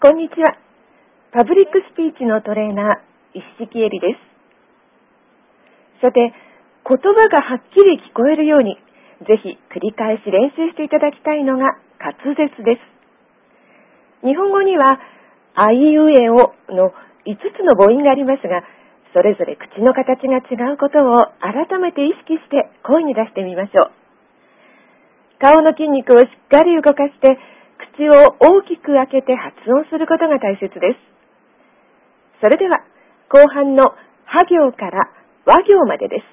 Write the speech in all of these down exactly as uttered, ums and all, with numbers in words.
こんにちは。パブリックスピーチのトレーナー、石敷恵里です。さて、言葉がはっきり聞こえるように、ぜひ繰り返し練習していただきたいのが滑舌です。日本語には、あいうえおのいつつの母音がありますが、それぞれ口の形が違うことを改めて意識して声に出してみましょう。顔の筋肉をしっかり動かして、口を大きく開けて発音することが大切です。それでは、後半のは行から和行までです。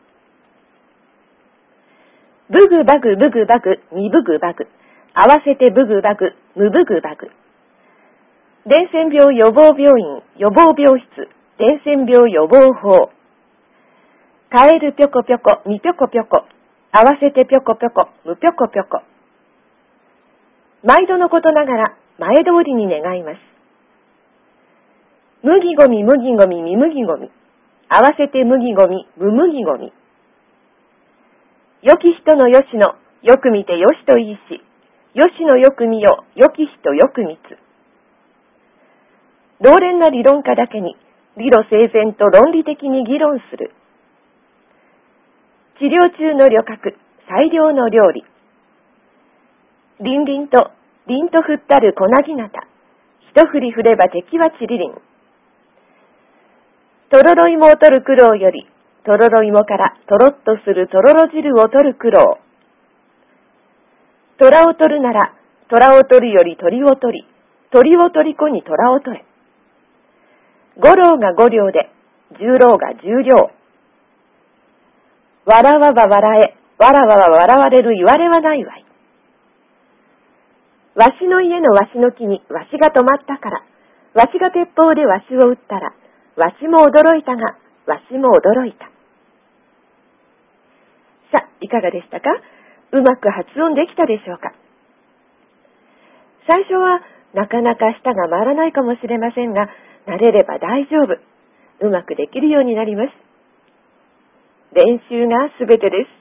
ブグバグブグバグミブグバグ、合わせてブグバグムブグバグ。伝染病予防病院予防病室伝染病予防法。カエルぴょこぴょこミぴょこぴょこ、合わせてぴょこぴょこムぴょこぴょこ。毎度のことながら前通りに願います。麦ごみ麦ごみみ麦ごみ、合わせて麦ごみむ麦ごみ。よき人のよしの、よく見てよしといいし、よしのよく見よ、よき人よく見つ。老練な理論家だけに、理路整然と論理的に議論する。治療中の旅客、最良の料理。りんりんと、りんと振ったる粉ぎなた。一振り振れば敵はちりりん。とろろ芋を取る苦労より、とろろ芋からとろっとするとろろ汁を取る苦労。虎を取るなら、虎を取るより鳥を取り、鳥を取り子に虎を取れ。五郎が五両で、十郎が十両。笑わば笑え、わらわは笑われる言われはないわい。わしの家のわしの木にわしが止まったから、わしが鉄砲でわしを撃ったら、わしも驚いたが、わしも驚いた。さあ、いかがでしたか？うまく発音できたでしょうか？最初はなかなか舌が回らないかもしれませんが、慣れれば大丈夫。うまくできるようになります。練習がすべてです。